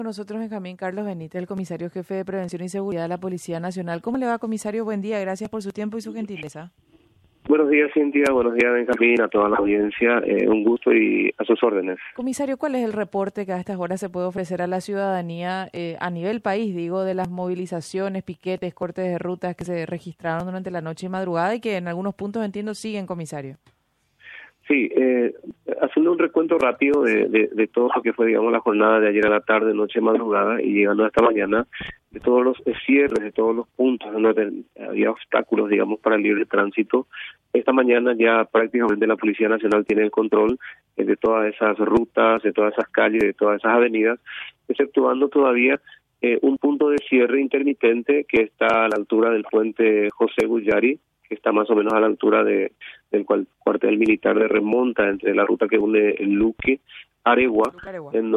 Con nosotros Benjamín Carlos Benítez, el comisario jefe de Prevención y Seguridad de la Policía Nacional. ¿Cómo le va, comisario? Buen día, gracias por su tiempo y su gentileza. Buenos días, Cintia. Buenos días, Benjamín, a toda la audiencia. Un gusto y a sus órdenes. Comisario, ¿cuál es el reporte que a estas horas se puede ofrecer a la ciudadanía a nivel país, digo, de las movilizaciones, piquetes, cortes de rutas que se registraron durante la noche y madrugada y que en algunos puntos, entiendo, siguen, comisario? Sí, haciendo un recuento rápido de todo lo que fue, digamos, la jornada de ayer a la tarde, noche, madrugada y llegando a esta mañana, de todos los cierres, de todos los puntos donde había obstáculos, digamos, para el libre tránsito. Esta mañana ya prácticamente la Policía Nacional tiene el control de todas esas rutas, de todas esas calles, de todas esas avenidas, exceptuando todavía un punto de cierre intermitente que está a la altura del puente José Guyari, que está más o menos a la altura del cuartel militar de Remonta, entre la ruta que une Luque Aregua, en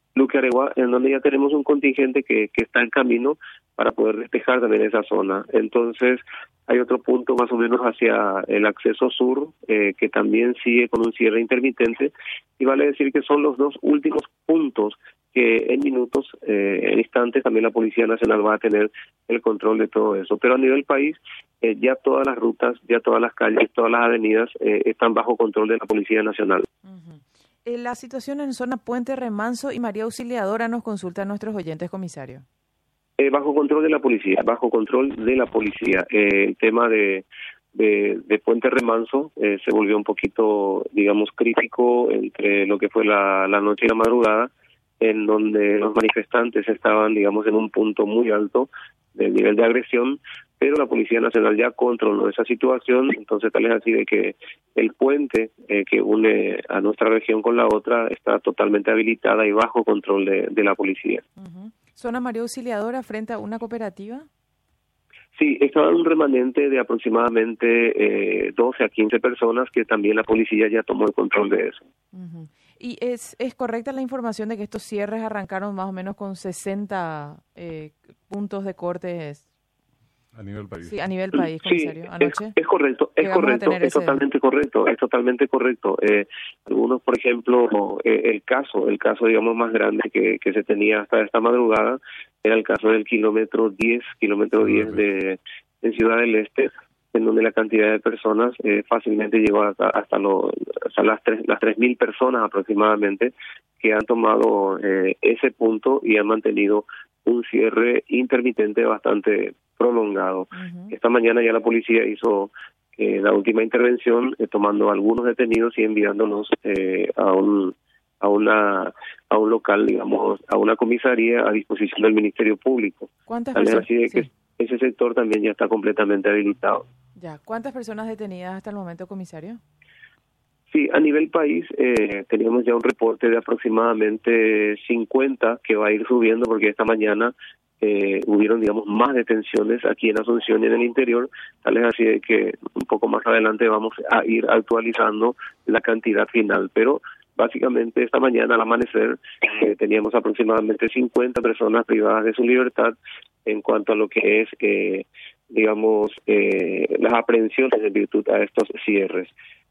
donde ya tenemos un contingente que está en camino para poder despejar también esa zona. Entonces hay otro punto más o menos hacia el acceso sur, que también sigue con un cierre intermitente, y vale decir que son los dos últimos puntos que en minutos, en instantes, también la Policía Nacional va a tener el control de todo eso. Pero a nivel país, ya todas las rutas, ya todas las calles, todas las avenidas están bajo control de la Policía Nacional. La situación en zona Puente Remanso y María Auxiliadora nos consulta a nuestros oyentes, comisario. Bajo control de la policía, bajo control de la policía. El tema de Puente Remanso se volvió un poquito, digamos, crítico entre lo que fue la noche y la madrugada, en donde los manifestantes estaban, digamos, en un punto muy alto del nivel de agresión, pero la Policía Nacional ya controló esa situación. Entonces tal es así de que el puente que une a nuestra región con la otra está totalmente habilitada y bajo control de la policía. ¿Zona María Auxiliadora frente a una cooperativa? Sí, estaba un remanente de aproximadamente 12 a 15 personas que también la policía ya tomó el control de eso. ¿Y es correcta la información de que estos cierres arrancaron más o menos con 60 puntos de cortes? A nivel país. Sí, a nivel país, comisario, sí, anoche. Es correcto, totalmente correcto. Algunos, por ejemplo, el caso, digamos, más grande que se tenía hasta esta madrugada era el caso del kilómetro 10 de Ciudad del Este, en donde la cantidad de personas fácilmente llegó hasta las 3.000 personas aproximadamente, que han tomado ese punto y han mantenido un cierre intermitente bastante prolongado. Esta mañana ya la policía hizo la última intervención, tomando algunos detenidos y enviándolos a un local, digamos, a una comisaría a disposición del Ministerio Público. ¿Cuántas personas? Así de que ese sector también ya está completamente habilitado. Ya, ¿cuántas personas detenidas hasta el momento, comisario? Sí, a nivel país teníamos ya un reporte de aproximadamente 50 que va a ir subiendo porque esta mañana hubieron, digamos, más detenciones aquí en Asunción y en el interior, tal es así de que un poco más adelante vamos a ir actualizando la cantidad final, pero básicamente esta mañana al amanecer teníamos aproximadamente 50 personas privadas de su libertad en cuanto a lo que es, digamos, las aprehensiones en virtud a estos cierres.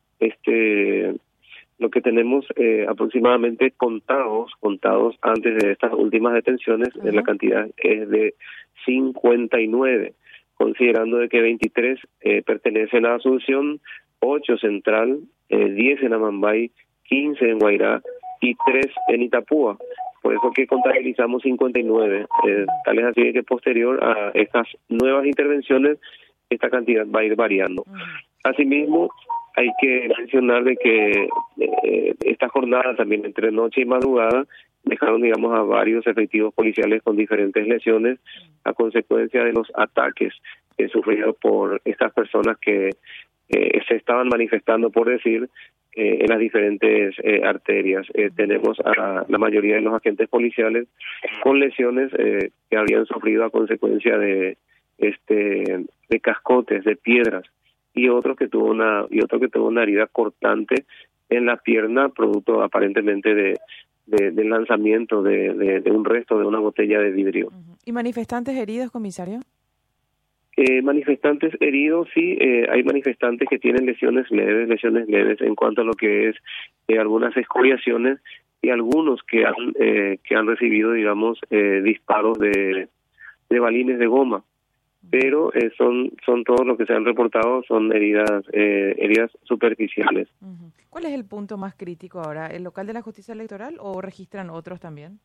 Lo que tenemos aproximadamente contados antes de estas últimas detenciones, la cantidad es de 59, considerando de que 23 pertenecen a Asunción, 8 Central, 10 en Amambay, 15 en Guairá y 3 en Itapúa. Por eso que contabilizamos 59. Tal es así que posterior a estas nuevas intervenciones, esta cantidad va a ir variando. Asimismo, hay que mencionar de que esta jornada también entre noche y madrugada dejaron, digamos, a varios efectivos policiales con diferentes lesiones a consecuencia de los ataques sufridos por estas personas que se estaban manifestando, por decir, en las diferentes arterias. Tenemos a la mayoría de los agentes policiales con lesiones que habían sufrido a consecuencia de cascotes, de piedras, y otro que tuvo una herida cortante en la pierna, producto aparentemente del lanzamiento de un resto de una botella de vidrio. ¿Y manifestantes heridos, comisario? Manifestantes heridos, sí, hay manifestantes que tienen lesiones leves en cuanto a lo que es algunas escoriaciones y algunos que han recibido, digamos, disparos de balines de goma. Pero son todos los que se han reportado son heridas superficiales. ¿Cuál es el punto más crítico ahora? ¿El local de la justicia electoral o registran otros también?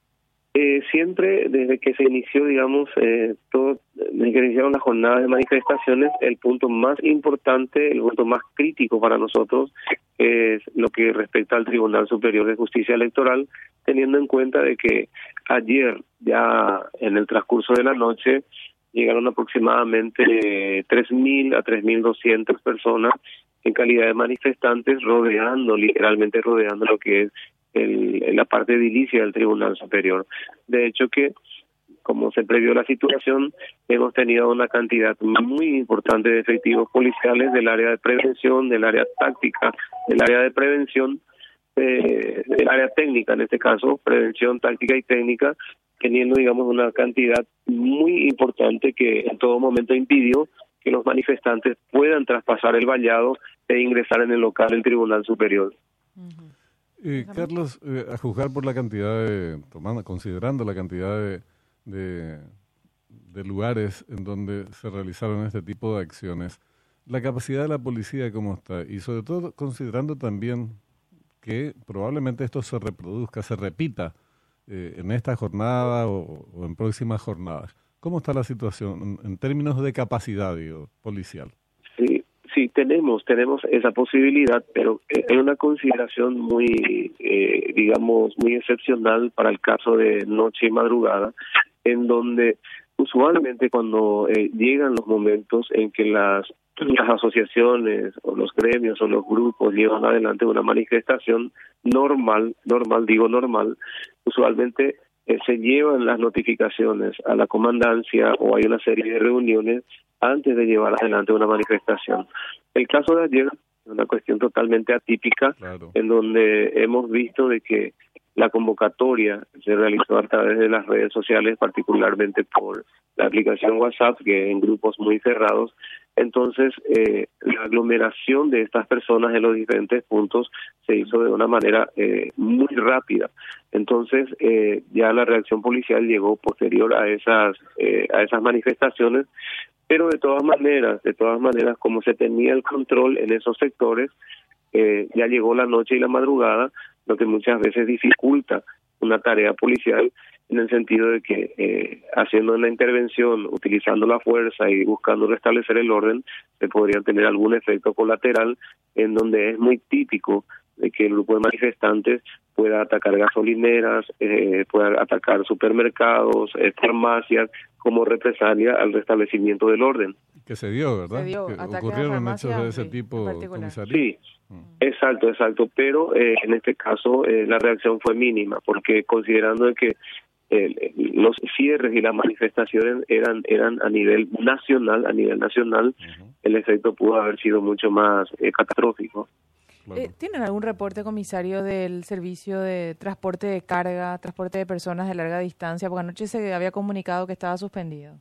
Siempre desde que se inició, digamos, desde que iniciaron las jornadas de manifestaciones, el punto más importante, el punto más crítico para nosotros es lo que respecta al Tribunal Superior de Justicia Electoral, teniendo en cuenta de que ayer, ya en el transcurso de la noche, llegaron aproximadamente 3.000 a 3.200 personas en calidad de manifestantes, literalmente rodeando lo que es la parte edilicia del Tribunal Superior. De hecho que, como se previó la situación, hemos tenido una cantidad muy importante de efectivos policiales del área de prevención, del área táctica, del área de prevención, del área técnica, en este caso, prevención, táctica y técnica, teniendo, digamos, una cantidad muy importante que en todo momento impidió que los manifestantes puedan traspasar el vallado e ingresar en el local del Tribunal Superior. Carlos, a juzgar por la cantidad considerando la cantidad de lugares en donde se realizaron este tipo de acciones, la capacidad de la policía, ¿cómo está? Y sobre todo considerando también que probablemente esto se repita en esta jornada o en próximas jornadas. ¿Cómo está la situación en términos de capacidad, policial? Sí, tenemos esa posibilidad, pero hay una consideración muy, digamos, muy excepcional para el caso de noche y madrugada, en donde usualmente cuando llegan los momentos en que las asociaciones o los gremios o los grupos llevan adelante una manifestación normal, usualmente se llevan las notificaciones a la comandancia o hay una serie de reuniones antes de llevar adelante una manifestación. El caso de ayer es una cuestión totalmente atípica, claro, en donde hemos visto de que la convocatoria se realizó a través de las redes sociales, particularmente por la aplicación WhatsApp, que en grupos muy cerrados. Entonces, la aglomeración de estas personas en los diferentes puntos se hizo de una manera muy rápida. Entonces, ya la reacción policial llegó posterior a esas manifestaciones, pero de todas maneras, como se tenía el control en esos sectores, ya llegó la noche y la madrugada, lo que muchas veces dificulta una tarea policial, en el sentido de que haciendo una intervención, utilizando la fuerza y buscando restablecer el orden, se podría tener algún efecto colateral, en donde es muy típico de que el grupo de manifestantes pueda atacar gasolineras, pueda atacar supermercados, farmacias, como represalia al restablecimiento del orden. Que se dio, ¿verdad? Que ocurrieron hechos de ese tipo, comisario. Sí, exacto, pero en este caso la reacción fue mínima, porque considerando que los cierres y las manifestaciones eran a nivel nacional, el efecto pudo haber sido mucho más catastrófico. Claro. ¿Tienen algún reporte, comisario, del servicio de transporte de carga, transporte de personas de larga distancia? Porque anoche se había comunicado que estaba suspendido.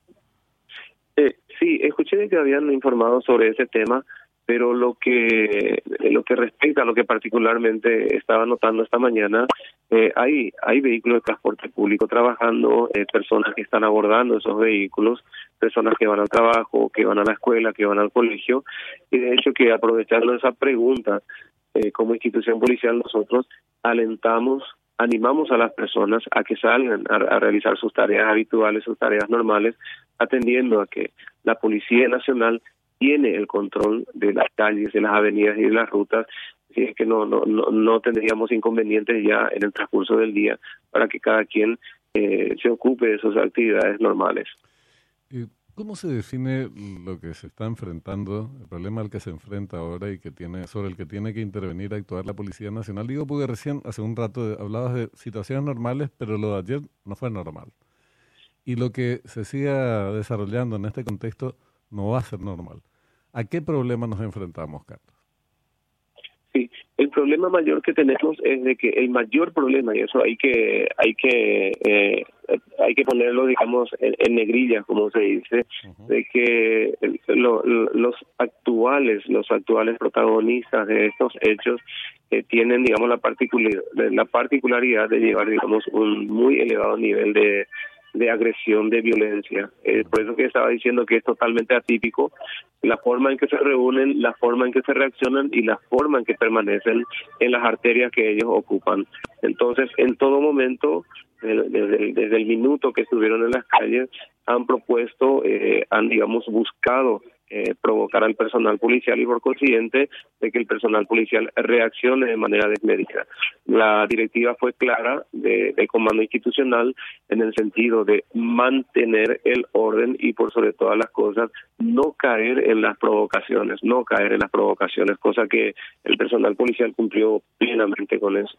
Sí, escuché de que habían informado sobre ese tema, pero lo que respecta a lo que particularmente estaba notando esta mañana, hay vehículos de transporte público trabajando, personas que están abordando esos vehículos, personas que van al trabajo, que van a la escuela, que van al colegio, y de hecho que aprovechando esa pregunta, como institución policial nosotros animamos a las personas a que salgan a realizar sus tareas habituales, sus tareas normales, atendiendo a que la Policía Nacional tiene el control de las calles, de las avenidas y de las rutas, así es que no tendríamos inconvenientes ya en el transcurso del día para que cada quien se ocupe de sus actividades normales. ¿Cómo se define lo que se está enfrentando, el problema al que se enfrenta ahora y sobre el que tiene que intervenir, actuar la Policía Nacional? Digo porque recién, hace un rato, hablabas de situaciones normales, pero lo de ayer no fue normal. Y lo que se siga desarrollando en este contexto no va a ser normal. ¿A qué problema nos enfrentamos, Carlos? Sí, el problema mayor que tenemos es de que el mayor problema, y eso hay que hay que ponerlo, digamos, en negrillas, como se dice, de que los actuales protagonistas de estos hechos tienen, digamos, la particularidad de llevar, digamos, un muy elevado nivel de agresión, de violencia. Por eso que estaba diciendo que es totalmente atípico la forma en que se reúnen, la forma en que se reaccionan y la forma en que permanecen en las arterias que ellos ocupan. Entonces, en todo momento, desde el minuto que estuvieron en las calles, han propuesto, han, digamos, buscado provocar al personal policial y por consiguiente de que el personal policial reaccione de manera desmedida. La directiva fue clara de comando institucional en el sentido de mantener el orden y por sobre todas las cosas no caer en las provocaciones, cosa que el personal policial cumplió plenamente con eso.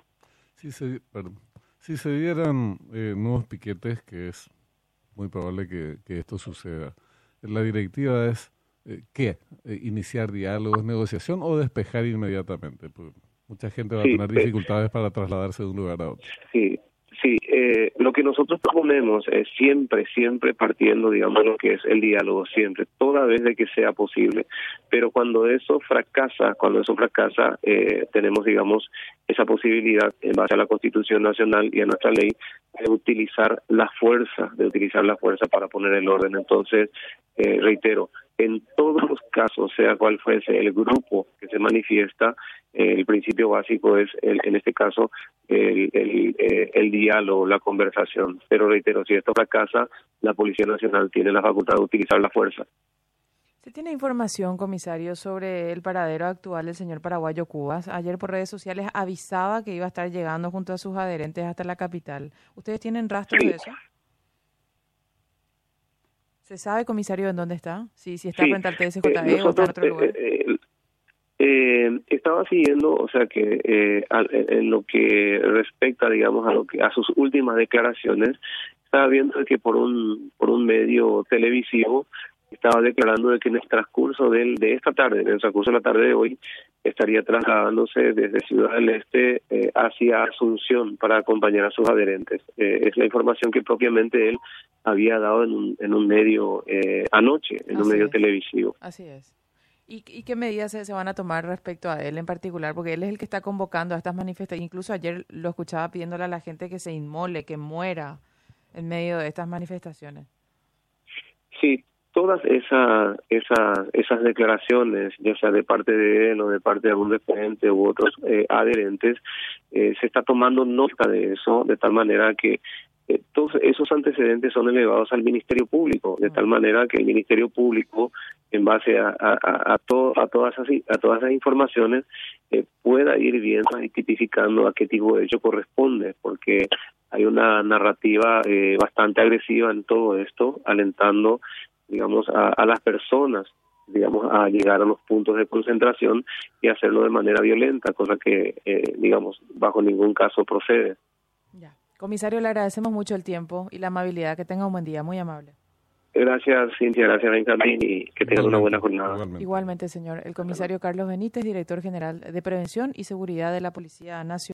Si se dieran nuevos piquetes, que es muy probable que esto suceda, la directiva es ¿qué? ¿Iniciar diálogos, negociación o despejar inmediatamente? Pues mucha gente va a tener dificultades para trasladarse de un lugar a otro. Sí, lo que nosotros proponemos es siempre partiendo, digamos, lo que es el diálogo, siempre, toda vez de que sea posible. Pero cuando eso fracasa, tenemos, digamos, esa posibilidad, en base a la Constitución Nacional y a nuestra ley, de utilizar la fuerza para poner el orden. Entonces, reitero, en todos los casos, sea cual fuese el grupo que se manifiesta, el principio básico es, en este caso, el diálogo, la conversación. Pero reitero, si esto fracasa, la Policía Nacional tiene la facultad de utilizar la fuerza. ¿Usted tiene información, comisario, sobre el paradero actual del señor paraguayo Cubas? Ayer por redes sociales avisaba que iba a estar llegando junto a sus adherentes hasta la capital. ¿Ustedes tienen rastros de eso? ¿Se sabe, comisario, en dónde está? Si está frente al TSJE o está en otro lugar. Estaba siguiendo, o sea que en lo que respecta, digamos, a sus últimas declaraciones, estaba viendo que por un medio televisivo estaba declarando de que en el transcurso de esta tarde, en el transcurso de la tarde de hoy, estaría trasladándose desde Ciudad del Este hacia Asunción para acompañar a sus adherentes. Es la información que propiamente él había dado en un medio anoche, en un medio televisivo. Así es. ¿Y qué medidas se van a tomar respecto a él en particular? Porque él es el que está convocando a estas manifestaciones. Incluso ayer lo escuchaba pidiéndole a la gente que se inmole, que muera en medio de estas manifestaciones. Sí, todas esas declaraciones, ya sea de parte de él o de parte de algún referente u otros adherentes, se está tomando nota de eso, de tal manera que todos esos antecedentes son elevados al Ministerio Público, de tal manera que el Ministerio Público, en base a todas esas informaciones, pueda ir viendo y tipificando a qué tipo de hecho corresponde, porque hay una narrativa bastante agresiva en todo esto, alentando, digamos, a las personas, digamos, a llegar a los puntos de concentración y hacerlo de manera violenta, cosa que, digamos, bajo ningún caso procede. Ya. Comisario, le agradecemos mucho el tiempo y la amabilidad. Que tenga un buen día, muy amable. Gracias, Cintia, gracias, Benjamín, y que tengan una buena jornada. Igualmente, señor. El comisario Carlos Benítez, director general de Prevención y Seguridad de la Policía Nacional.